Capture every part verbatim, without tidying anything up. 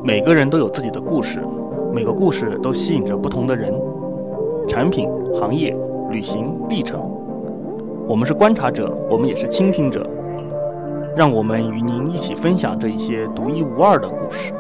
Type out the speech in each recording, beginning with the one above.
每个人都有自己的故事，每个故事都吸引着不同的人、产品、行业、旅行、历程。我们是观察者，我们也是倾听者。让我们与您一起分享这一些独一无二的故事。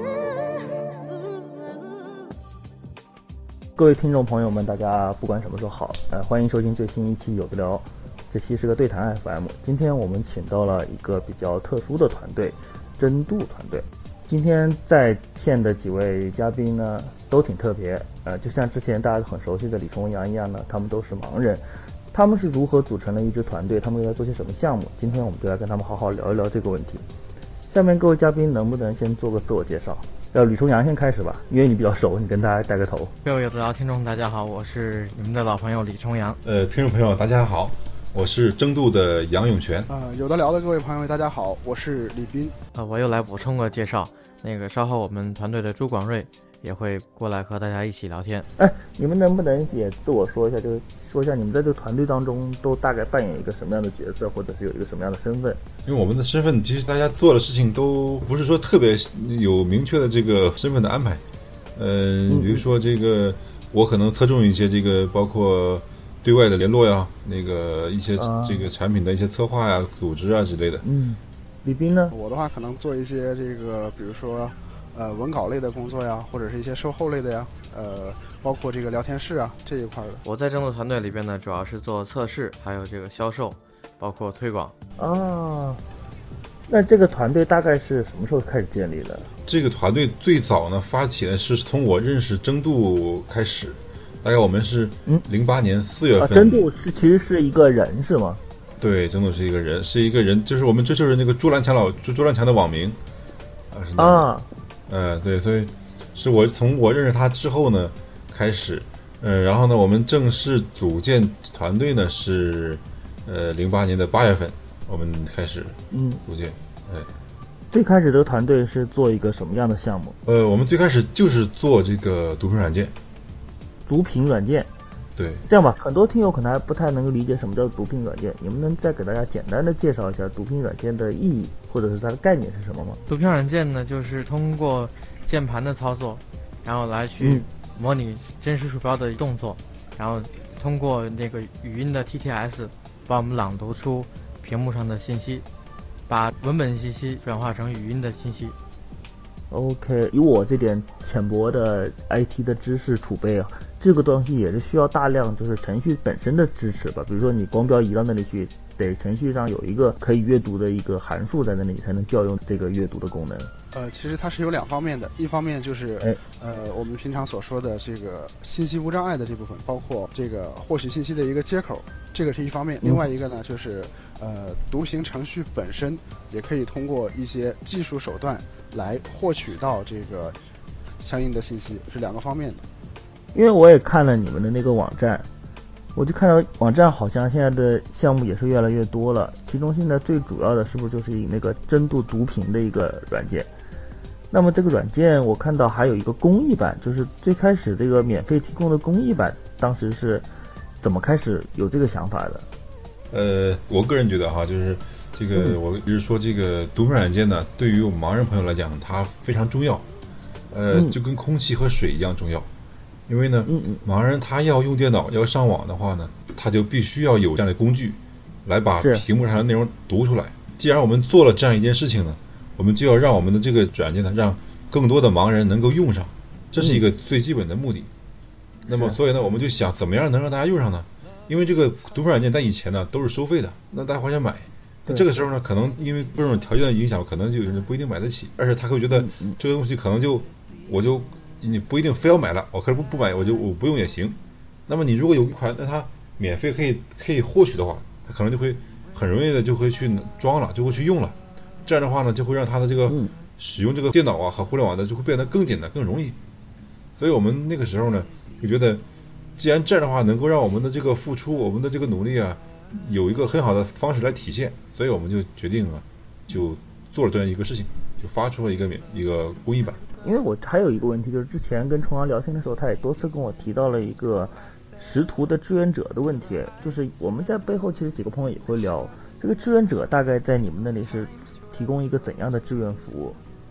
各位听众朋友们，大家不管什么时候好，呃，欢迎收听最新一期有的聊。这期是个对谈 F M， 今天我们请到了一个比较特殊的团队，真度团队。今天在线的几位嘉宾呢，都挺特别，呃，就像之前大家很熟悉的李重阳一样呢，他们都是盲人。他们是如何组成了一支团队？他们又在做些什么项目？今天我们就来跟他们好好聊一聊这个问题。下面各位嘉宾能不能先做个自我介绍？要李重阳先开始吧，因为你比较熟，你跟大家带个头。 各位有的聊听众大家好，我是你们的老朋友李重阳。 呃，听众朋友大家好，我是争度的杨永全。 呃，有的聊的各位朋友大家好，我是李斌。 呃，我又来补充个介绍，那个稍后我们团队的朱广瑞也会过来和大家一起聊天。 哎，你们能不能也自我说一下，就是说一下你们在这个团队当中都大概扮演一个什么样的角色，或者是有一个什么样的身份？ 因为我们的身份，其实大家做的事情都不是说特别有明确的这个身份的安排。呃，比如说这个，我可能侧重一些这个，包括对外的联络呀，那个一些这个产品的一些策划呀、组织啊之类的。 嗯，李斌呢？ 我的话可能做一些这个，比如说呃文稿类的工作呀，或者是一些售后类的呀，呃。包括这个聊天室啊这一块的。 我在争度团队里边呢，主要是做测试，还有这个销售，包括推广。 啊，那这个团队大概是什么时候开始建立的？ 这个团队最早呢发起的是从我认识争度开始，大概我们是零八年四月份。 争度是其实是一个人是吗？ 对，争度是一个人，是一个人，就是我们这就是那个朱兰强老朱朱兰强的网名啊，是啊，呃，对，所以是我从我认识他之后呢。开始，呃，然后呢，我们正式组建团队呢是，呃，零八年的八月份，我们开始嗯组建，哎、嗯， 最开始这个团队是做一个什么样的项目？ 呃，我们最开始就是做这个读屏软件， 读屏软件， 对， 这样吧，很多听友可能还不太能够理解什么叫读屏软件，你们能再给大家简单的介绍一下读屏软件的意义，或者是它的概念是什么吗？ 读屏软件呢，就是通过键盘的操作，然后来去、嗯。模拟真实鼠标的动作，然后通过那个语音的 T T S 帮我们朗读出屏幕上的信息，把文本信息转化成语音的信息。 OK， 以我这点浅薄的 I T 的知识储备啊，这个东西也是需要大量就是程序本身的支持吧。比如说你光标移到那里去，得程序上有一个可以阅读的一个函数在那里，才能调用这个阅读的功能。 呃，其实它是有两方面的，一方面就是呃我们平常所说的这个信息无障碍的这部分，包括这个获取信息的一个接口，这个是一方面。另外一个呢，就是呃读屏程序本身也可以通过一些技术手段来获取到这个相应的信息，是两个方面的。 因为我也看了你们的那个网站，我就看到网站好像现在的项目也是越来越多了，其中现在最主要的是不是就是以那个真度读屏的一个软件？那么这个软件我看到还有一个公益版，就是最开始这个免费提供的公益版，当时是怎么开始有这个想法的？ 呃，我个人觉得哈，就是这个、嗯、我一直说这个读屏软件呢，对于我们盲人朋友来讲，它非常重要，呃，嗯、就跟空气和水一样重要。因为呢，嗯嗯盲人他要用电脑要上网的话呢，他就必须要有这样的工具，来把屏幕上的内容读出来。既然我们做了这样一件事情呢，我们就要让我们的这个软件呢，让更多的盲人能够用上，这是一个最基本的目的。嗯、那么，所以呢，我们就想怎么样能让大家用上呢？因为这个读屏软件在以前呢都是收费的，那大家花钱买。这个时候呢，可能因为各种条件的影响，可能就有人不一定买得起，而且他会觉得这个东西可能就我就你不一定非要买了，我可以不不买，我就我不用也行。那么你如果有一款让他免费可以可以获取的话，他可能就会很容易的就会去装了，就会去用了。这样的话呢，就会让他的这个使用这个电脑啊和互联网的就会变得更简单、更容易。所以我们那个时候呢，就觉得，既然这样的话能够让我们的这个付出、我们的这个努力啊，有一个很好的方式来体现，所以我们就决定了，就做了这样一个事情，就发出了一个免一个公益版。 因为我还有一个问题，就是之前跟重阳聊天的时候，他也多次跟我提到了一个识图的志愿者的问题，就是我们在背后其实几个朋友也会聊，这个志愿者大概在你们那里是提供一个怎样的志愿服务？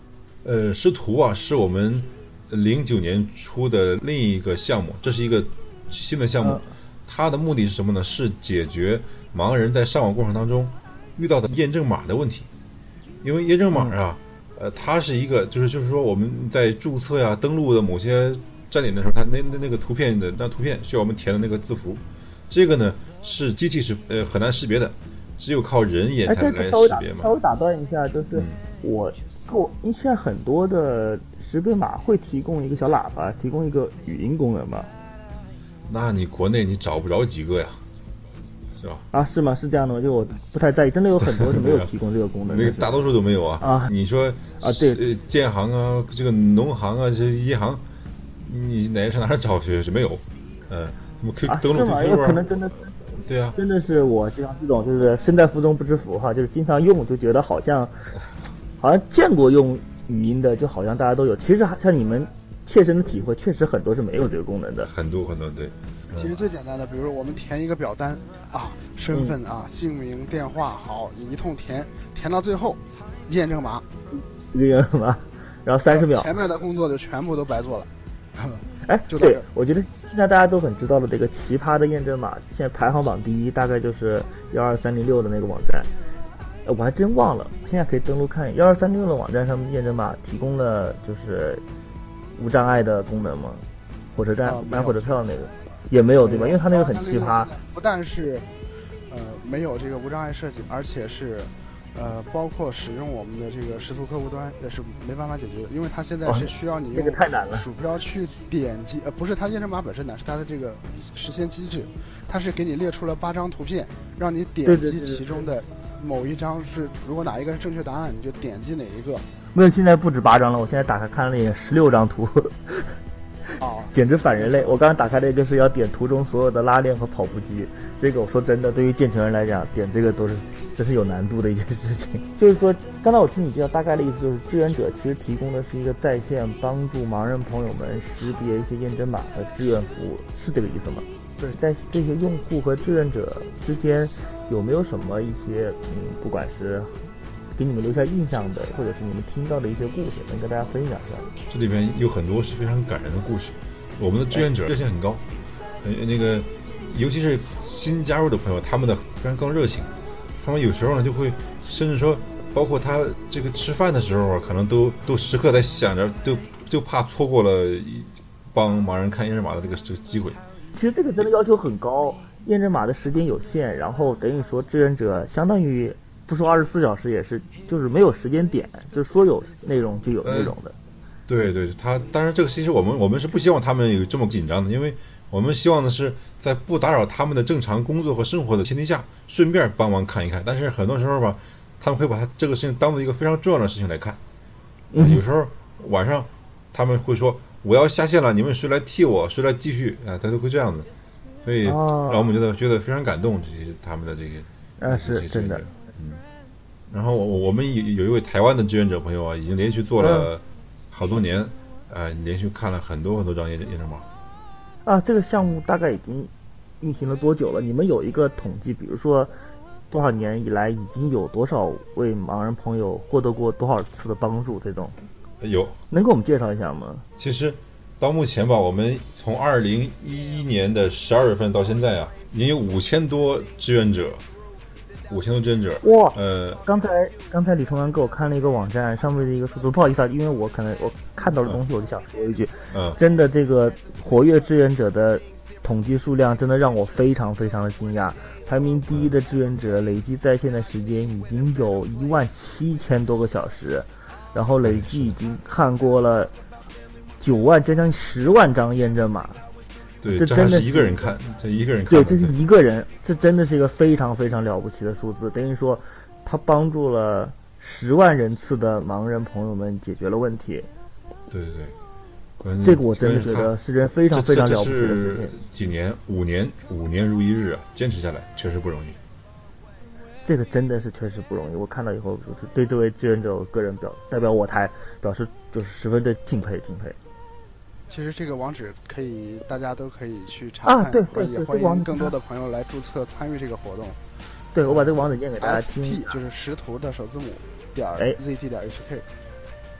呃，师徒啊，是我们零九年出的另一个项目，这是一个新的项目，它的目的是什么呢？是解决盲人在上网过程当中遇到的验证码的问题。因为验证码啊，呃，它是一个，就是就是说我们在注册呀、登录的某些站点的时候，它那那那个图片的那图片需要我们填的那个字符，这个呢是机器是呃很难识别的，只有靠人眼才来识别嘛。 稍微打断一下，就是、嗯、我我因为现在很多的识别码会提供一个小喇叭，提供一个语音功能嘛。 那你国内你找不着几个呀，是吧？ 啊，是吗？是这样的吗？就我不太在意，真的有很多是没有提供这个功能的。 那个大多数都没有啊。 啊， 你说啊，对， 建行啊，这个农行啊，这银行，你哪上哪找去是没有？嗯，什么 Q 登录 Q Q 啊？可能真的。 对啊， 真的是我就像这种就是身在福中不知福哈，就是经常用就觉得好像好像见过用语音的，就好像大家都有。其实像你们切身的体会，确实很多是没有这个功能的， 很多很多对。 其实最简单的，比如说我们填一个表单啊，身份啊、嗯、姓名、电话，好，你一通填，填到最后，验证码， 验证码，然后三十秒， 前面的工作就全部都白做了。 哎，对，我觉得现在大家都很知道的这个奇葩的验证码，现在排行榜第一大概就是幺二三零六的那个网站，呃，我还真忘了，现在可以登录看幺二三零六的网站上面验证码提供了就是无障碍的功能吗？火车站、啊、买火车票那个也没有对吧？因为它那个很奇葩， 不但是呃没有这个无障碍设计，而且是。呃，包括使用我们的这个视图客户端也是没办法解决的，因为它现在是需要你用鼠标去点击，呃，不是它验证码本身难，是它的这个实现机制，它是给你列出了八张图片，让你点击其中的某一张是，如果哪一个是正确答案，你就点击哪一个。 没有，现在不止八张了，我现在打开看了也十六张图。 哦， 简直反人类！我刚刚打开这个是要点图中所有的拉链和跑步机，这个我说真的，对于健全人来讲，点这个都是真是有难度的一件事情。就是说，刚才我听你介绍，大概的意思就是，志愿者其实提供的是一个在线帮助盲人朋友们识别一些验证码和志愿服务，是这个意思吗？ 对， 在这些用户和志愿者之间，有没有什么一些嗯，不管是给你们留下印象的，或者是你们听到的一些故事，能跟大家分享一下？ 这里边有很多是非常感人的故事。我们的志愿者热情很高，呃，那个尤其是新加入的朋友，他们的非常高热情。他们有时候呢，就会甚至说，包括他这个吃饭的时候啊，可能都都时刻在想着，就就怕错过了帮盲人看验证码的这个这个机会。 其实这个真的要求很高，验证码的时间有限，然后等于说志愿者相当于。不说二十四小时也是，就是没有时间点，就是说有内容就有内容的。 呃、对对，他当然这个其实我们我们是不希望他们有这么紧张的，因为我们希望的是在不打扰他们的正常工作和生活的前提下，顺便帮忙看一看。但是很多时候吧，他们会把他这个事情当做一个非常重要的事情来看。 嗯、 有时候晚上他们会说我要下线了，你们谁来替我，谁来继续啊、呃？他都会这样子，所以让我们觉得、哦、觉得非常感动，这些他们的这个啊是真的。 嗯，然后我我们有有一位台湾的志愿者朋友啊，已经连续做了好多年，嗯、呃，连续看了很多很多张验验证码。 啊，这个项目大概已经运行了多久了？你们有一个统计，比如说多少年以来已经有多少位盲人朋友获得过多少次的帮助？这种有， 能给我们介绍一下吗？ 其实到目前吧，我们从二零一一年的十二月份到现在啊，已经有五千多志愿者。五千多志愿者哇！ 呃， 刚才刚才李同阳给我看了一个网站上面的一个数字，不好意思啊，因为我可能我看到的东西，我就想说一句， 嗯， 真的这个活跃志愿者的统计数量真的让我非常非常的惊讶。排名第一的志愿者累计在线的时间已经有一万七千多个小时，然后累计已经看过了九万将近十万张验证码。 对， 这真的是一个人看，这一个人看。 对，这是一个人，这真的是一个非常非常了不起的数字。等于说，他帮助了十万人次的盲人朋友们解决了问题。 对对对， 这个我真的觉得是件非常非常了不起的事情。 几年，五年，五年如一日啊，坚持下来确实不容易。 这个真的是确实不容易。我看到以后，就是对这位志愿者，我个人表代表我台表示就是十分的敬佩敬佩。 其实这个网址可以，大家都可以去查看， 啊、对对对， 也欢迎更多的朋友来注册参与这个活动。 对，我把这个网址念给大家听。 S T 就是识图的首字母点 Z T 点 H K。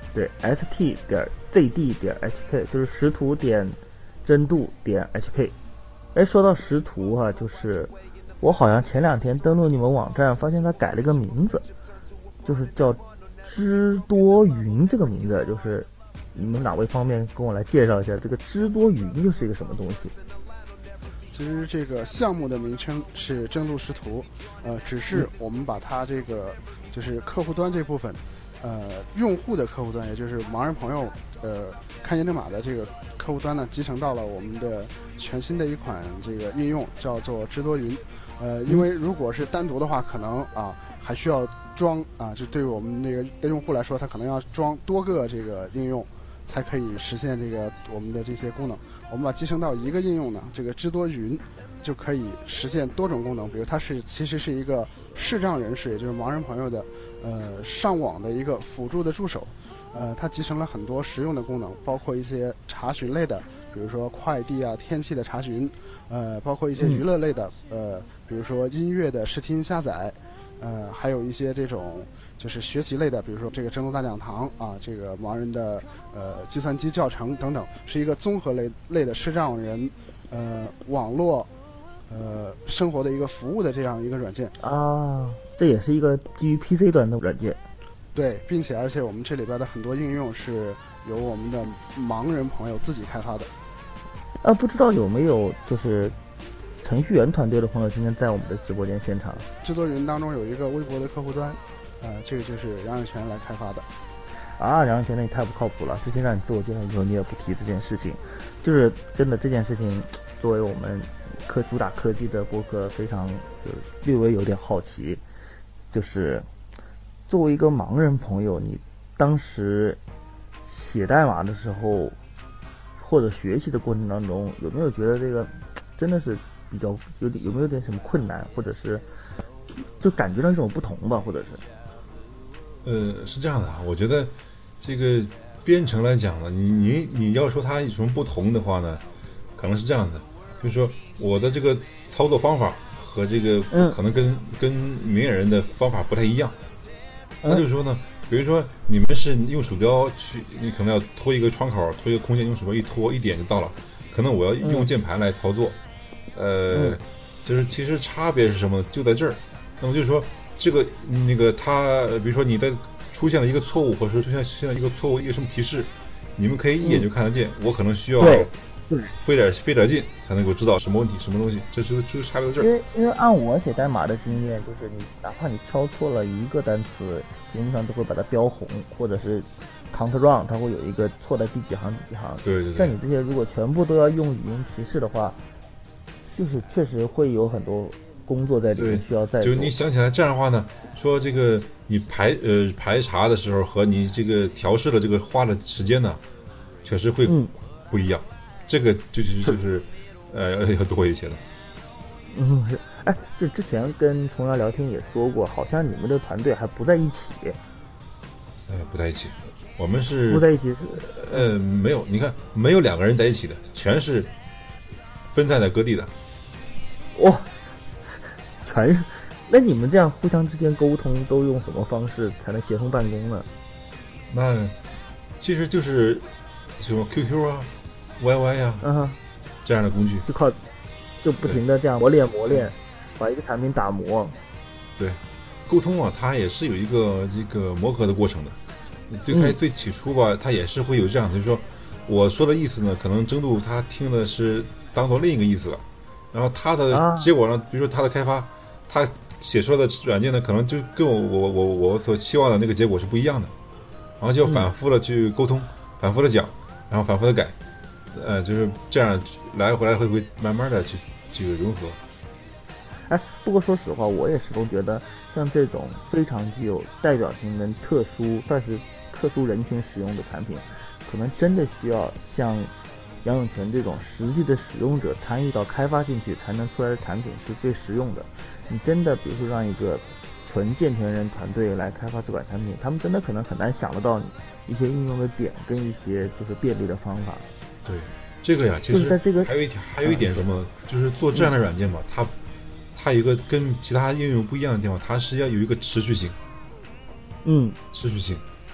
对 st 点 zd 点 hk 就是识图点真度点 hk。哎，说到识图啊，就是我好像前两天登录你们网站，发现它改了个名字，就是叫知多云这个名字，就是你们哪位方便跟我来介绍一下这个知多云又是一个什么东西？ 其实这个项目的名称是真度识图，呃，只是我们把它这个就是客户端这部分，呃，用户的客户端，也就是盲人朋友呃看验证码的这个客户端呢，集成到了我们的全新的一款这个应用，叫做知多云。呃，因为如果是单独的话，可能啊还需要装啊，就对于我们那个的用户来说，他可能要装多个这个应用，才可以实现这个我们的这些功能。我们把集成到一个应用呢，这个知多云就可以实现多种功能。比如它是其实是一个视障人士，也就是盲人朋友的呃上网的一个辅助的助手。呃，它集成了很多实用的功能，包括一些查询类的，比如说快递啊、天气的查询，呃，包括一些娱乐类的，呃，比如说音乐的视听下载，呃，还有一些这种就是学习类的，比如说这个真度大讲堂啊，这个盲人的呃计算机教程等等，是一个综合类类的视障人呃网络呃生活的一个服务的这样一个软件啊，这也是一个基于 P C 端的软件。 对，并且而且我们这里边的很多应用是由我们的盲人朋友自己开发的。 啊，不知道有没有就是程序员团队的朋友今天在我们的直播间现场？ 知多云当中有一个微博的客户端，呃，这个就是杨永泉来开发的。 啊，杨永泉，那你太不靠谱了！之前让你自我介绍的时候，你也不提这件事情，就是真的这件事情，作为我们科主打科技的播客，非常就略微有点好奇，就是作为一个盲人朋友，你当时写代码的时候，或者学习的过程当中，有没有觉得这个真的是比较有点有没有点什么困难，或者是就感觉到一种不同吧，或者是？ 呃，是这样的啊，我觉得这个编程来讲呢，你你你要说它有什么不同的话呢，可能是这样的，就是说我的这个操作方法和这个可能跟、嗯、跟明眼人的方法不太一样。那就是说呢，比如说你们是用鼠标去，你可能要拖一个窗口，拖一个空间，用鼠标一拖一点就到了。可能我要用键盘来操作，嗯、呃，就是其实差别是什么？就在这儿。那么就是说，这个那个它，比如说你的出现了一个错误，或者说出现出现了一个错误一个什么提示，你们可以一眼就看得见。嗯、我可能需要费点费点劲才能够知道什么问题、什么东西。这是就是差别在这儿。 因为因为按我写代码的经验，就是你哪怕你敲错了一个单词，基本上都会把它标红，或者是 counter run， 它会有一个错在第几行第几行。 对对对。 像你这些如果全部都要用语音提示的话，就是确实会有很多工作在里面需要再做。 就你想起来这样的话呢，说这个你排呃排查的时候和你这个调试的这个花的时间呢，确实会不一样。嗯、这个就是就是呃要多一些的。 嗯，哎，这之前跟重阳聊天也说过，好像你们的团队还不在一起。 呃，不在一起，我们是不在一起是呃没有，你看没有两个人在一起的，全是分散在各地的。 哇，全是。那你们这样互相之间沟通都用什么方式才能协同办公呢？ 那其实就是什么 Q Q 啊、Y Y 呀、啊， 嗯， 这样的工具， 就靠就不停的这样磨练磨练，把一个产品打磨。 对，沟通啊，它也是有一个这个磨合的过程的。最开始最起初吧，嗯、它也是会有这样的，就是说我说的意思呢，可能真度他听的是当做另一个意思了。然后他的结果呢，啊、比如说他的开发，他写出来的软件呢，可能就跟我我我我所期望的那个结果是不一样的，然后就反复的去沟通，嗯、反复的讲，然后反复的改，呃，就是这样来回来回回慢慢的去这个融合。 哎，不过说实话，我也始终觉得像这种非常具有代表性的特殊，算是特殊人群使用的产品，可能真的需要像杨永泉这种实际的使用者参与到开发进去，才能出来的产品是最实用的。你真的比如说让一个纯健全人团队来开发这款产品，他们真的可能很难想得到一些应用的点跟一些就是便利的方法。 对，这个呀，其实在这个还有一点还有一点什么，就是做这样的软件嘛，它它有一个跟其他应用不一样的地方，它是要有一个持续性。 嗯， 持续性。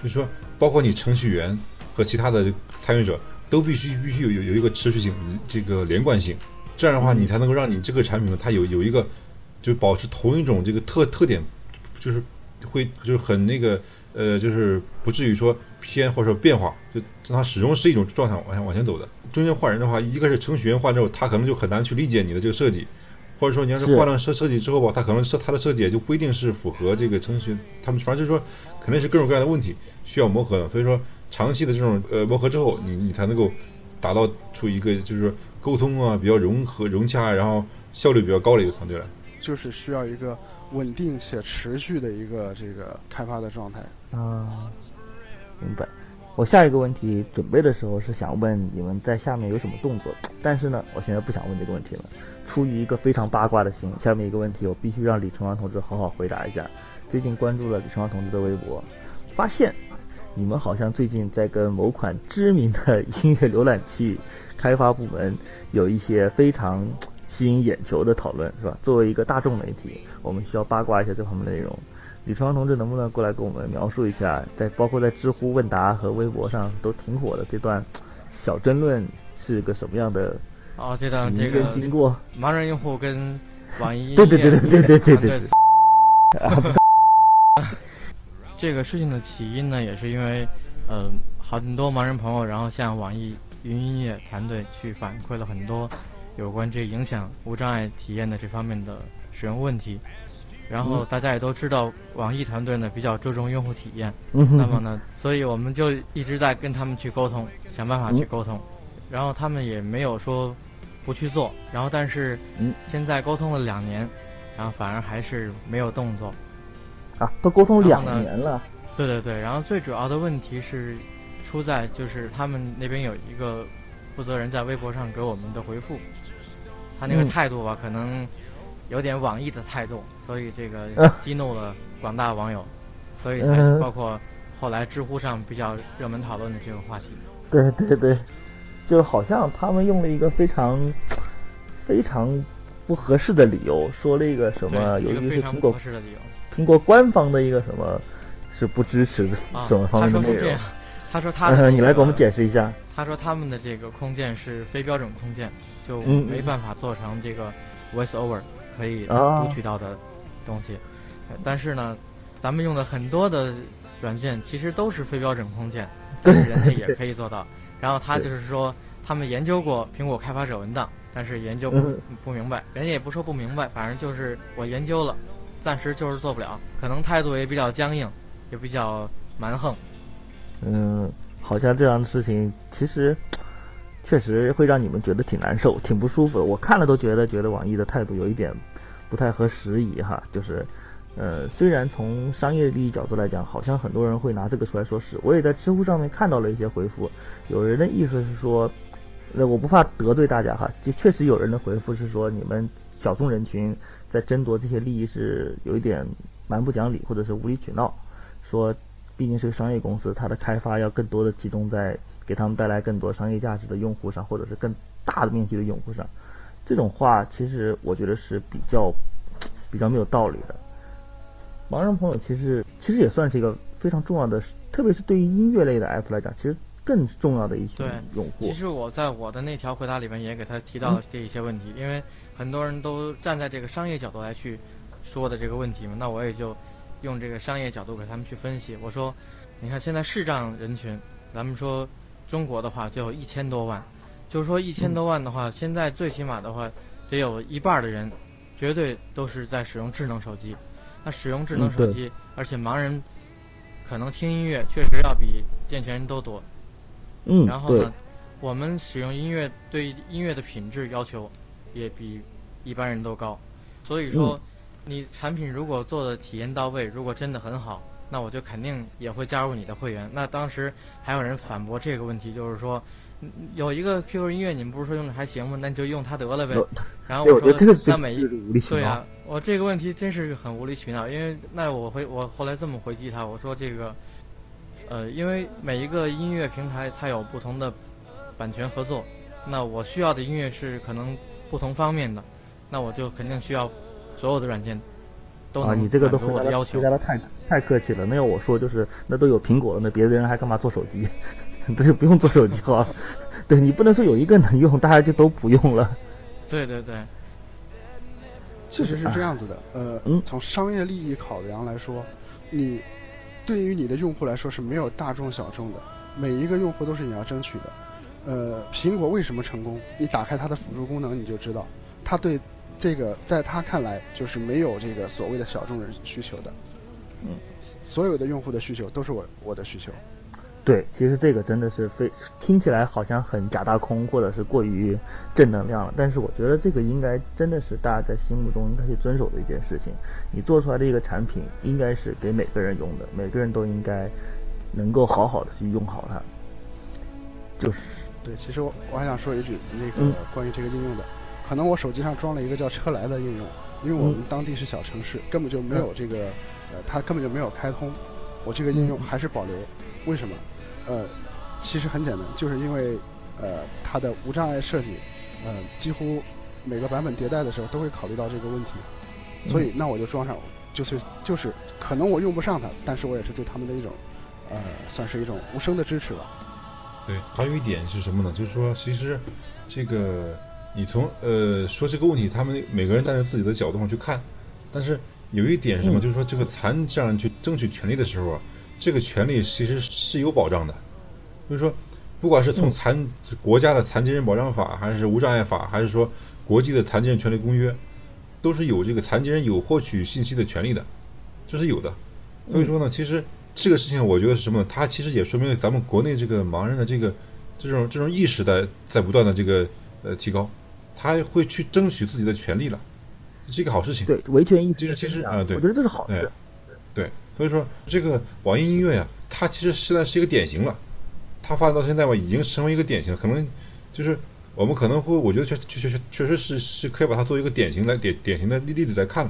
就是说，包括你程序员和其他的参与者都必须必须有有有一个持续性，这个连贯性，这样的话你才能够让你这个产品它有有一个就保持同一种这个特特点，就是会就是很那个呃就是不至于说偏或者说变化，就让它始终是一种状态往往前走的。中间换人的话，一个是程序员换之后，他可能就很难去理解你的这个设计。或者说你要是换了设设计之后吧，它可能是它的设计也就不一定是符合这个程序，他们反正就是说肯定是各种各样的问题需要磨合的。所以说长期的这种呃磨合之后，你你才能够达到出一个就是沟通啊比较融合融洽，然后效率比较高的一个团队来。 就是需要一个稳定且持续的一个这个开发的状态。 啊，明白。我下一个问题准备的时候是想问你们在下面有什么动作，但是呢，我现在不想问这个问题了。出于一个非常八卦的心，下面一个问题我必须让李承阳同志好好回答一下。最近关注了李承阳同志的微博，发现你们好像最近在跟某款知名的音乐浏览器开发部门有一些非常吸引眼球的讨论，是吧？作为一个大众媒体，我们需要八卦一下这方面的内容。李承阳同志能不能过来跟我们描述一下，在包括在知乎问答和微博上都挺火的这段小争论是个什么样的哦，这段这个经过？ 盲人用户跟网易音乐对对对对对对对对对。 这个事情的起因呢，也是因为，呃，很多盲人朋友，然后向网易云音乐团队去反馈了很多有关这影响无障碍体验的这方面的使用问题。然后大家也都知道，网易团队呢比较注重用户体验， 嗯、 那么呢，所以我们就一直在跟他们去沟通，想办法去沟通。嗯、然后他们也没有说不去做，然后但是现在沟通了两年，然后反而还是没有动作。 啊，都沟通两年了。 对对对，然后最主要的问题是出在就是他们那边有一个负责人在微博上给我们的回复，他那个态度吧，嗯、可能有点网易的态度，所以这个激怒了广大网友，啊、所以才包括后来知乎上比较热门讨论的这个话题。 对对对，就好像他们用了一个非常非常不合适的理由，说了一个什么，有一个是苹果苹果官方的一个什么是不支持什么方面的内容。 啊、他说他说他、 呃、你来给我们解释一下。 他说他们的这个空间是非标准空间，就没办法做成这个 voice over 可以读取到的东西。啊、但是呢，咱们用的很多的软件其实都是非标准空间，但是人家也可以做到。然后他就是说，他们研究过苹果开发者文档，但是研究不、嗯、不明白，人家也不说不明白，反正就是我研究了，暂时就是做不了，可能态度也比较僵硬，也比较蛮横。 嗯，好像这样的事情其实确实会让你们觉得挺难受、挺不舒服的。我看了都觉得觉得网易的态度有一点不太合时宜哈，就是呃，虽然从商业利益角度来讲，好像很多人会拿这个出来说事。我也在知乎上面看到了一些回复，有人的意思是说，呃，我不怕得罪大家哈，就确实有人的回复是说，你们小众人群在争夺这些利益是有一点蛮不讲理，或者是无理取闹，说毕竟是个商业公司，它的开发要更多的集中在给他们带来更多商业价值的用户上，或者是更大的面积的用户上。这种话其实我觉得是比较比较没有道理的。盲人朋友其实其实也算是一个非常重要的，特别是对于音乐类的 app 来讲，其实更重要的一群用户。 其实我在我的那条回答里面也给他提到了这一些问题，嗯、因为很多人都站在这个商业角度来去说的这个问题嘛，那我也就用这个商业角度给他们去分析。我说，你看现在视障人群，咱们说中国的话就有一千多万，就是说一千多万的话，嗯、现在最起码的话，得有一半的人绝对都是在使用智能手机。那使用智能手机，嗯、而且盲人可能听音乐确实要比健全人都多。 嗯， 然后呢，我们使用音乐对音乐的品质要求也比一般人都高。所以说，嗯、你产品如果做的体验到位，如果真的很好，那我就肯定也会加入你的会员。那当时还有人反驳这个问题，就是说，有一个 Q Q 音乐，你们不是说用的还行吗？那你就用它得了呗。然后我说，那每一对啊。我这个问题真是很无理取闹，因为那我回我后来这么回击他，我说这个，呃，因为每一个音乐平台它有不同的版权合作，那我需要的音乐是可能不同方面的，那我就肯定需要所有的软件都啊，你这个都满足我的要求。 回答的太太客气了。那要我说就是那都有苹果了，那别的人还干嘛做手机？这就不用做手机好了。对，你不能说有一个能用，大家就都不用了。 对对对， 其实是这样子的，呃， 嗯， 从商业利益考量来说，你对于你的用户来说是没有大众小众的，每一个用户都是你要争取的。呃，苹果为什么成功？你打开它的辅助功能，你就知道，它对这个在他看来就是没有这个所谓的小众人需求的。 嗯， 所有的用户的需求都是我我的需求。 对，其实这个真的是非听起来好像很假大空，或者是过于正能量了。但是我觉得这个应该真的是大家在心目中应该去遵守的一件事情。你做出来的一个产品，应该是给每个人用的，每个人都应该能够好好的去用好它。就是对，其实我我还想说一句，那嗯个关于这个应用的，可能我手机上装了一个叫车来的应用，因为我们当地是小城市，根本就没有这个，呃，它根本就没有开通，我这个应用还是保留。为什么？呃，其实很简单，就是因为呃它的无障碍设计，呃几乎每个版本迭代的时候都会考虑到这个问题，所以那我就装上，就是就是可能我用不上它，但是我也是对他们的一种呃算是一种无声的支持吧。 对，还有一点是什么呢？就是说，其实这个你从呃说这个问题，他们每个人站在自己的角度上去看，但是有一点是什么？嗯、就是说，这个残障人去争取权利的时候，这个权利其实是有保障的。就是说，不管是从残、嗯、国家的残疾人保障法，还是无障碍法，还是说国际的残疾人权利公约，都是有这个残疾人有获取信息的权利的，这是有的。所以说呢，其实。这个事情我觉得是什么呢？它其实也说明咱们国内这个盲人的这个这种这种意识在在不断的这个呃提高，他会去争取自己的权利了，是一个好事情。 对，维权意识其实其实啊、呃，对， 我觉得这是好事。 对，所以说这个网易音乐呀、啊，它其实现在是一个典型了，它发展到现在吧，已经成为一个典型了。可能就是我们可能会，我觉得确确确确实是是可以把它作为一个典型来典典型的例子来看了。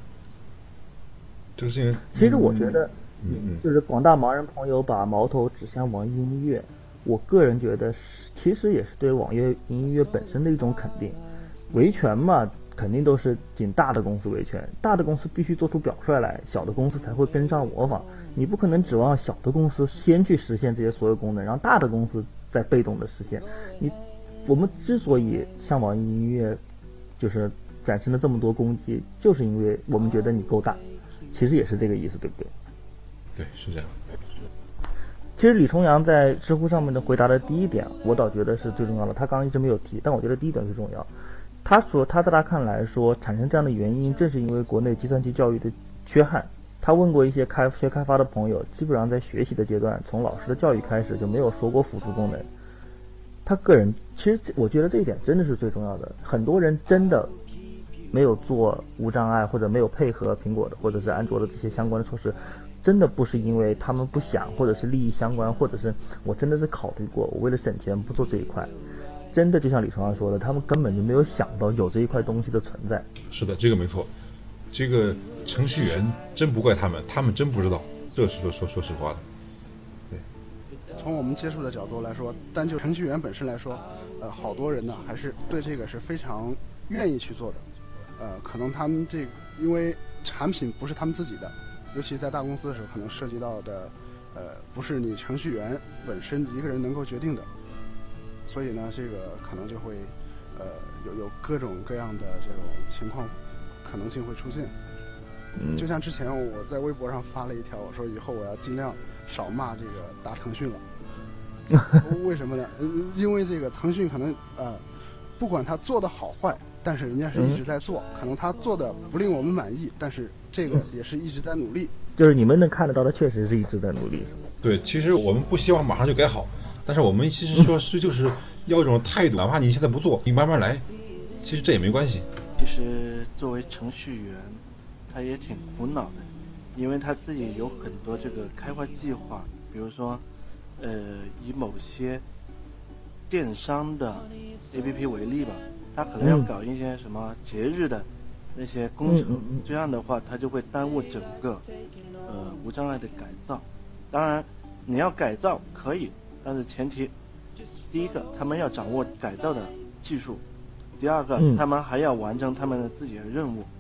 这个事情， 其实我觉得。 嗯， 就是广大盲人朋友把矛头指向网易音乐，我个人觉得其实也是对网易音乐本身的一种肯定。维权嘛，肯定都是仅大的公司维权，大的公司必须做出表率来，小的公司才会跟上模仿。你不可能指望小的公司先去实现这些所有功能，然后大的公司再被动的实现。你我们之所以向网易音乐就是展示了这么多攻击，就是因为我们觉得你够大，其实也是这个意思，对不对？ 对，是这样。 其实李重阳在知乎上面的回答的第一点，我倒觉得是最重要的。他刚刚一直没有提，但我觉得第一点最重要。他说，他在他看来说，产生这样的原因，正是因为国内计算机教育的缺憾。他问过一些开学开发的朋友，基本上在学习的阶段，从老师的教育开始就没有说过辅助功能。他个人其实我觉得这一点真的是最重要的。很多人真的没有做无障碍，或者没有配合苹果的或者是安卓的这些相关的措施。真的不是因为他们不想，或者是利益相关，或者是我真的是考虑过，我为了省钱不做这一块。真的就像李重阳说的，他们根本就没有想到有这一块东西的存在。 是的，这个没错。这个程序员真不怪他们，他们真不知道，这是说说说实话的。对。 从我们接触的角度来说，单就程序员本身来说，呃，好多人呢还是对这个是非常愿意去做的。呃，可能他们这个因为产品不是他们自己的。尤其在大公司的时候，可能涉及到的，呃，不是你程序员本身一个人能够决定的，所以呢，这个可能就会，呃，有有各种各样的这种情况可能性会出现。 嗯， 就像之前我在微博上发了一条，我说以后我要尽量少骂这个大腾讯了。为什么呢？因为这个腾讯可能呃，不管他做的好坏，但是人家是一直在做，嗯、可能他做的不令我们满意，但是。这个也是一直在努力， 就是你们能看得到的，确实是一直在努力。 对，其实我们不希望马上就改好，但是我们其实说是就是要一种态度，哪怕你现在不做，你慢慢来，其实这也没关系。 其实作为程序员，他也挺苦恼的，因为他自己有很多这个开发计划，比如说，呃，以某些电商的 A P P 为例吧，他可能要搞一些什么节日的。那些工程，这样的话它就会耽误整个呃无障碍的改造。当然你要改造可以，但是前提第一个他们要掌握改造的技术，第二个他们还要完成他们的自己的任务。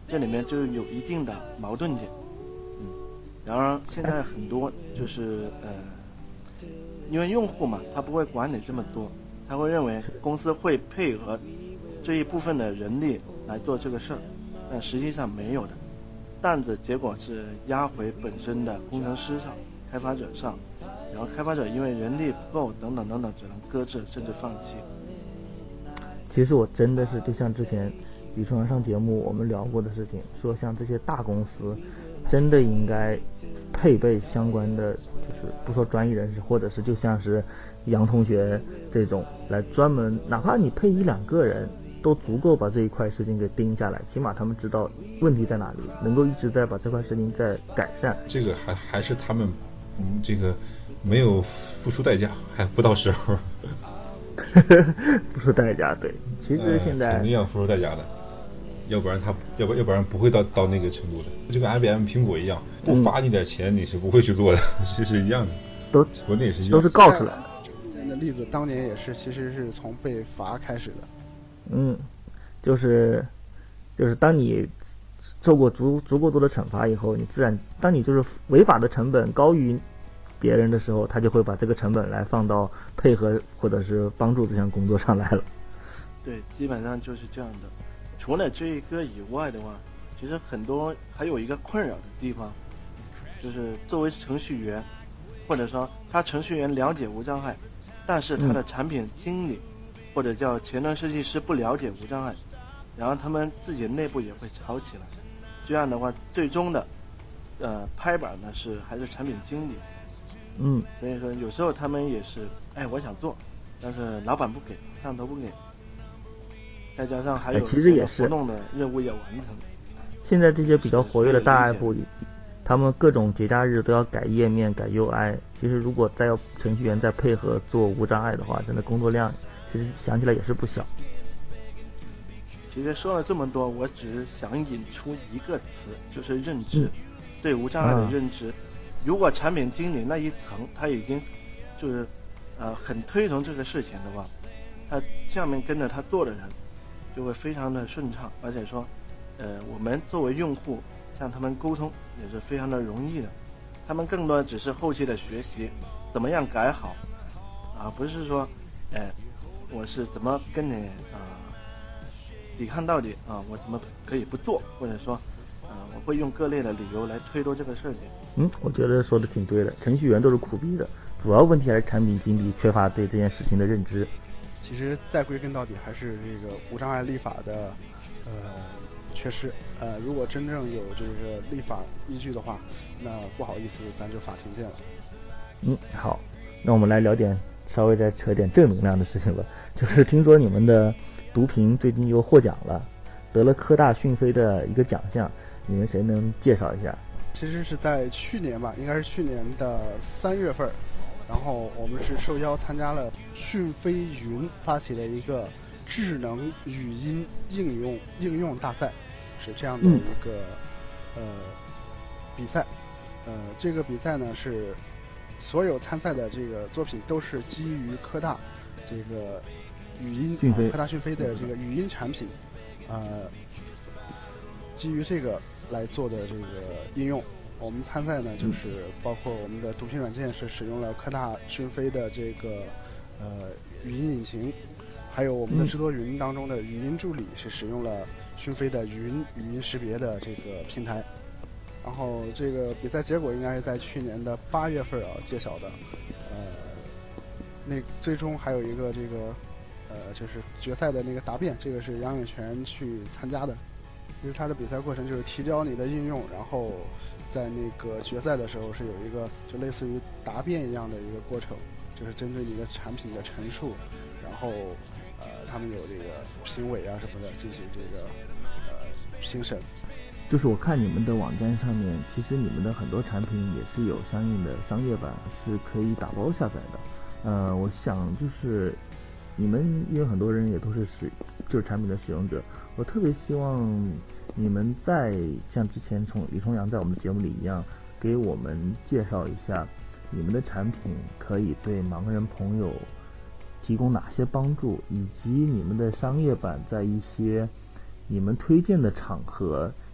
这里面就有一定的矛盾点。嗯，然而现在很多就是呃，因为用户嘛，他不会管你这么多，他会认为公司会配合这一部分的人力来做这个事儿，但实际上没有的，担子结果是压回本身的工程师上、开发者上，然后开发者因为人力不够等等等等，只能搁置甚至放弃。 其实我真的是就像之前宇春阳上节目我们聊过的事情，说像这些大公司真的应该配备相关的，就是不说专业人士，或者是就像是杨同学这种来专门，哪怕你配一两个人都足够把这一块事情给盯下来，起码他们知道问题在哪里，能够一直在把这块事情在改善。 这个还还是他们嗯这个没有付出代价，还不到时候付出代价。对，其实现在、 呃、肯定要付出代价的，要不然他要不要不然不会到到那个程度的。就跟 I B M 苹果一样，不发你点钱、嗯、你是不会去做的，是是一样的。 都国内也是一样， 都是告出来的。 之前的例子当年也是，其实是从被罚开始的。 嗯，就是就是当你受过足足够多的惩罚以后，你自然当你就是违法的成本高于别人的时候，他就会把这个成本来放到配合或者是帮助这项工作上来了。 对，基本上就是这样的。除了这一个以外的话，其实很多还有一个困扰的地方，就是作为程序员，或者说他程序员了解无障碍，但是他的产品经理、嗯、或者叫前端设计师不了解无障碍，然后他们自己内部也会吵起来。这样的话，最终的呃拍板呢是还是产品经理。 嗯， 所以说有时候他们也是，哎，我想做，但是老板不给，上头不给，再加上还有其实也是活动的任务要完成。 现在这些比较活跃的大 app， 他们各种节假日都要改页面、改 U I。其实如果再要程序员再配合做无障碍的话，真的工作量其实想起来也是不小。 其实说了这么多，我只是想引出一个词，就是认知，嗯、对无障碍的认知。啊，如果产品经理那一层他已经就是呃很推崇这个事情的话，他下面跟着他做的人就会非常的顺畅，而且说呃我们作为用户向他们沟通也是非常的容易的，他们更多只是后期的学习怎么样改好啊，不是说呃我是怎么跟你啊、呃、抵抗到底啊，我怎么可以不做，或者说啊、呃、我会用各类的理由来推脱这个事情。 嗯，我觉得说的挺对的，程序员都是苦逼的，主要问题还是产品经理缺乏对这件事情的认知。 其实再归根到底还是这个无障碍立法的呃缺失。呃，如果真正有这个立法依据的话，那不好意思，咱就法庭见了。 嗯，好，那我们来聊点稍微再扯点正能量的事情吧。就是听说你们的读评最近又获奖了，得了科大讯飞的一个奖项，你们谁能介绍一下？ 其实是在去年吧，应该是去年的三月份，然后我们是受邀参加了讯飞云发起的一个智能语音应用应用大赛，是这样的一个、嗯、呃比赛。呃，这个比赛呢是所有参赛的这个作品都是基于科大这个语音、啊、科大讯飞的这个语音产品，呃，基于这个来做的这个应用。我们参赛呢，就是包括我们的读屏软件是使用了科大讯飞的这个呃语音引擎，还有我们的智多云当中的语音助理是使用了讯飞的语音语音识别的这个平台。然后这个比赛结果应该是在去年的八月份啊揭晓的，呃，那最终还有一个这个呃就是决赛的那个答辩，这个是杨永泉去参加的。其实他的比赛过程就是提交你的应用，然后在那个决赛的时候是有一个就类似于答辩一样的一个过程，就是针对你的产品的陈述，然后呃他们有这个评委啊什么的进行这个呃评审。 就是我看你们的网站上面，其实你们的很多产品也是有相应的商业版是可以打包下载的。呃，我想就是你们因为很多人也都是使就是产品的使用者，我特别希望你们在像之前从李重阳在我们的节目里一样，给我们介绍一下你们的产品可以对盲人朋友提供哪些帮助，以及你们的商业版在一些你们推荐的场合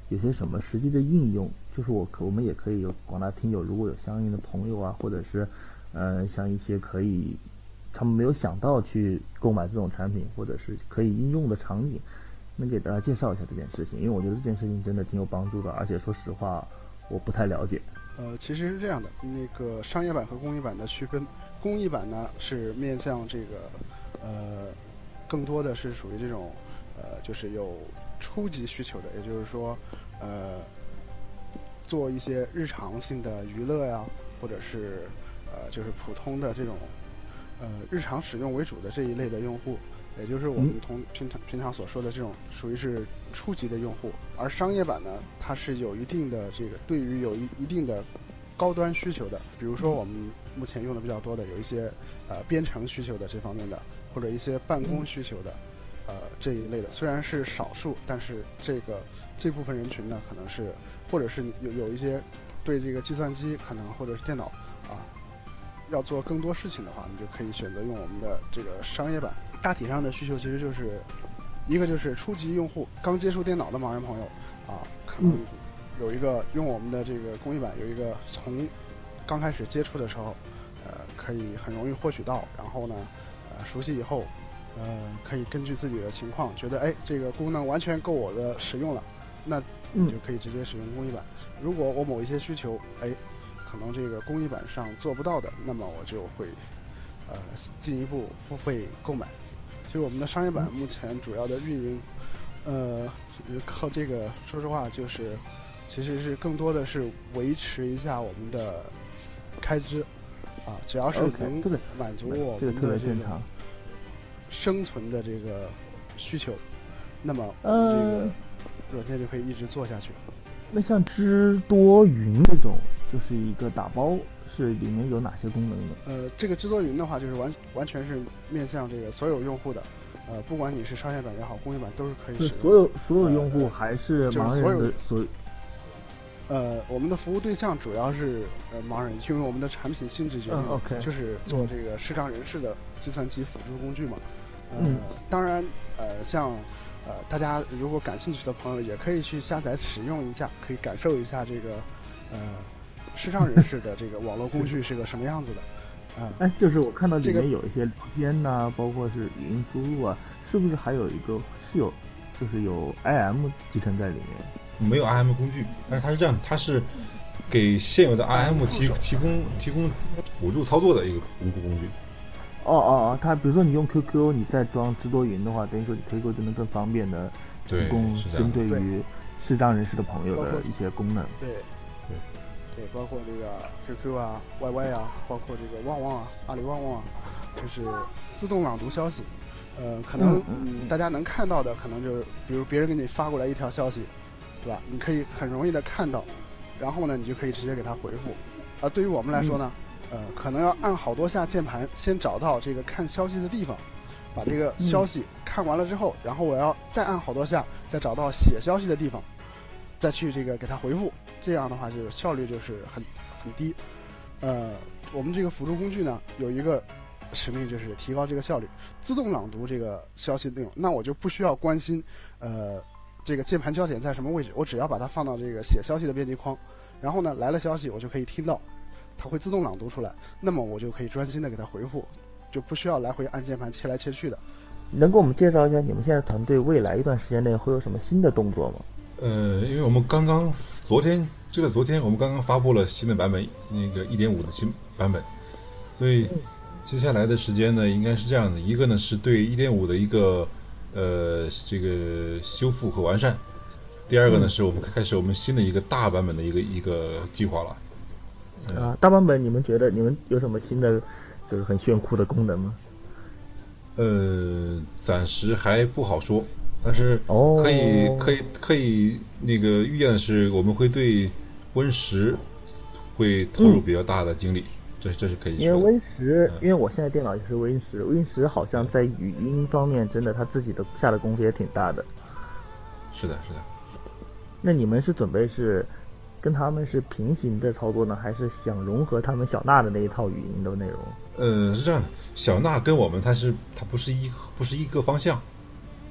有些什么实际的应用？就是我可我们也可以有广大听友，如果有相应的朋友啊，或者是呃像一些可以他们没有想到去购买这种产品，或者是可以应用的场景，能给大家介绍一下这件事情？因为我觉得这件事情真的挺有帮助的，而且说实话我不太了解。 呃，其实是这样的，那个商业版和工艺版的区分，工艺版呢是面向这个呃更多的是属于这种呃就是有初级需求的，也就是说呃做一些日常性的娱乐呀，或者是呃就是普通的这种呃日常使用为主的这一类的用户，也就是我们同平常平常所说的这种属于是初级的用户。而商业版呢，它是有一定的这个对于有一一定的高端需求的，比如说我们目前用的比较多的有一些呃编程需求的这方面的，或者一些办公需求的呃这一类的，虽然是少数，但是这个这部分人群呢，可能是或者是有有一些对这个计算机可能或者是电脑啊要做更多事情的话，你就可以选择用我们的这个商业版。大体上的需求其实就是一个就是初级用户刚接触电脑的盲人朋友啊，可能有一个用我们的这个工艺版，有一个从刚开始接触的时候呃可以很容易获取到，然后呢呃熟悉以后呃可以根据自己的情况觉得哎这个功能完全够我的使用了，那你就可以直接使用工艺版。如果我某一些需求哎可能这个工艺版上做不到的，那么我就会呃进一步付费购买。其实我们的商业版目前主要的运营呃靠这个说实话就是其实是更多的是维持一下我们的开支啊，只要是能满足我们的这个生存的这个需求，那么我们这个软件就可以一直做下去。 那像知多云这种，就是一个打包，是里面有哪些功能呢？ 呃，这个知多云的话，就是完完全是面向这个所有用户的，呃，不管你是商业版也好，工艺版都是可以使用的。 所有所有用户还是盲人的所有。 呃，我们的服务对象主要是呃盲人，因为我们的产品性质决定、 嗯 okay, 就是做这个视障人士的计算机辅助工具嘛。呃、 嗯， 当然，呃，像呃大家如果感兴趣的朋友，也可以去下载使用一下，可以感受一下这个呃视障人士的这个网络工具是个什么样子的。啊、 呃，哎，就是我看到里面有一些聊天呐、啊，包括是语音输入啊，是不是还有一个是有，就是有 I M 集成在里面？ 没有 I M 工具，但是它是这样，它是给现有的 I M 提提供提供辅助操作的一个工具工具。 哦哦哦，它比如说你用 Q Q， 你再装知多云的话，等于说你 Q Q 就能更方便的提供针对于视障人士的朋友的一些功能。 对对对，包括这个 Q Q 啊、Y Y 啊，包括这个旺旺啊、阿里旺旺啊，就是自动朗读消息。呃，可能、嗯嗯、大家能看到的，可能就是比如别人给你发过来一条消息。对吧？你可以很容易的看到，然后呢，你就可以直接给他回复。而对于我们来说呢，呃，可能要按好多下键盘，先找到这个看消息的地方，把这个消息看完了之后，然后我要再按好多下，再找到写消息的地方，再去这个给他回复。这样的话，就效率就是很很低。呃，我们这个辅助工具呢，有一个使命就是提高这个效率，自动朗读这个消息内容。那我就不需要关心，呃。这个键盘焦点在什么位置？我只要把它放到这个写消息的编辑框，然后呢来了消息我就可以听到，它会自动朗读出来，那么我就可以专心的给它回复，就不需要来回按键盘切来切去的。 能给我们介绍一下你们现在团队未来一段时间内会有什么新的动作吗？ 呃，因为我们刚刚昨天就在昨天我们刚刚发布了新的版本，那个 一点五 的新版本，所以接下来的时间呢应该是这样的，一个呢是对 一点五 的一个呃，这个修复和完善。第二个呢，是我们开始我们新的一个大版本的一个一个计划了。 嗯、啊，大版本你们觉得你们有什么新的，就是很炫酷的功能吗？ 呃，暂时还不好说，但是可以、哦、可以可以那个预见的是，我们会对 Win 十会投入比较大的精力。嗯这, 这是可以说的， 因为 Win 十、嗯，因为我现在电脑也是 Win 十 ，Win 十好像在语音方面真的他自己的下的功夫也挺大的。 是的，是的。 那你们是准备是跟他们是平行的操作呢，还是想融合他们小娜的那一套语音的内容？ 呃，是这样的，小娜跟我们它是它不是一不是一个方向，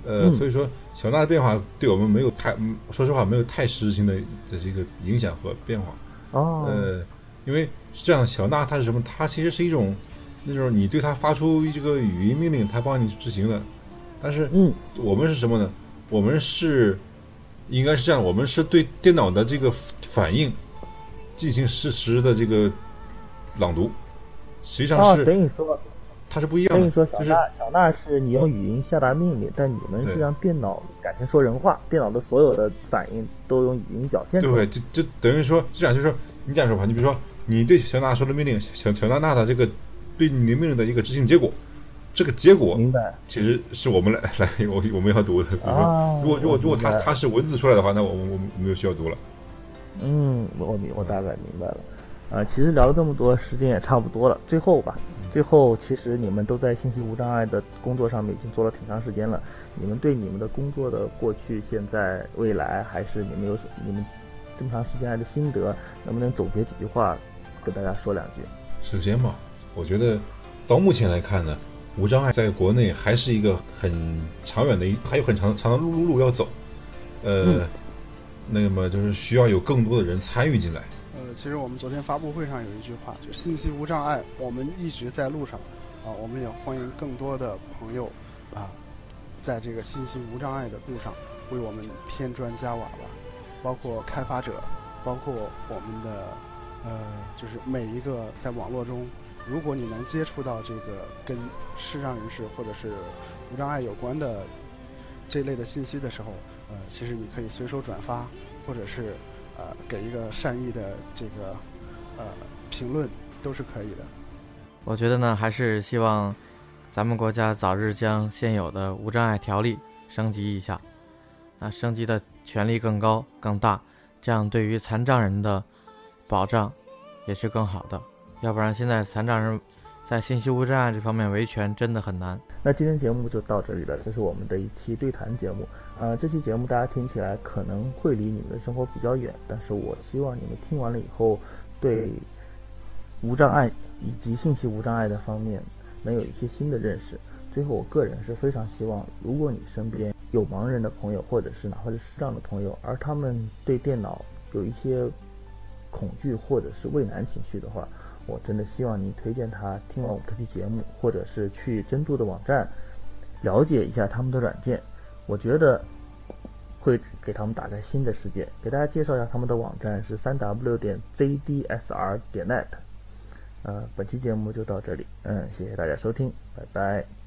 呃，嗯、所以说小纳的变化对我们没有太，说实话没有太实质性的的这个影响和变化。 哦， 呃，因为是这样，小纳它是什么？它其实是一种那种你对它发出这个语音命令，它帮你执行的。但是， 嗯， 我们是什么呢？我们是应该是这样，我们是对电脑的这个反应进行实时的这个朗读，实际上是、 哦、等于说它是不一样的。 等于说小纳、 就是、 小纳是你用语音下达命令，但你们是让电脑改成说人话，电脑的所有的反应都用语音表现出来。 对，就就等于说这样，就是说你这样说吧，你比如说你对小纳说的命令，小小纳纳的这个对你的命令的一个执行结果，这个结果明白， 其实是我们来来我我们要读的。 啊， 如果如果如果它它是文字出来的话，那我我们没有需要读了。 嗯，我我大概明白了。啊、呃，其实聊了这么多，时间也差不多了。最后吧，最后其实你们都在信息无障碍的工作上面已经做了挺长时间了。你们对你们的工作的过去、现在、未来，还是你们有你们这么长时间来的心得，能不能总结几句话跟大家说两句？ 首先嘛，我觉得到目前来看呢，无障碍在国内还是一个很长远的，还有很长长的路路路要走。呃、嗯，那么就是需要有更多的人参与进来。 呃，其实我们昨天发布会上有一句话，就是信息无障碍，我们一直在路上啊，我们也欢迎更多的朋友啊，在这个信息无障碍的路上为我们添砖加瓦吧，包括开发者，包括我们的呃，就是每一个在网络中，如果你能接触到这个跟视障人士或者是无障碍有关的这类的信息的时候，呃，其实你可以随手转发，或者是呃，给一个善意的这个呃评论都是可以的。 我觉得呢，还是希望咱们国家早日将现有的无障碍条例升级一下，那升级的权力更高更大，这样对于残障人的保障也是更好的。要不然现在残障人在信息无障碍这方面维权真的很难。 那今天节目就到这里了，这是我们的一期对谈节目。呃，这期节目大家听起来可能会离你们的生活比较远，但是我希望你们听完了以后，对无障碍以及信息无障碍的方面能有一些新的认识。最后，我个人是非常希望，如果你身边有盲人的朋友，或者是哪怕是视障的朋友，而他们对电脑有一些恐惧或者是畏难情绪的话，我真的希望你推荐他听完我们这期节目，或者是去真度的网站了解一下他们的软件，我觉得会给他们打开新的世界。给大家介绍一下他们的网站是 三 w 点 z d s r 点 net。呃，本期节目就到这里，嗯，谢谢大家收听，拜拜。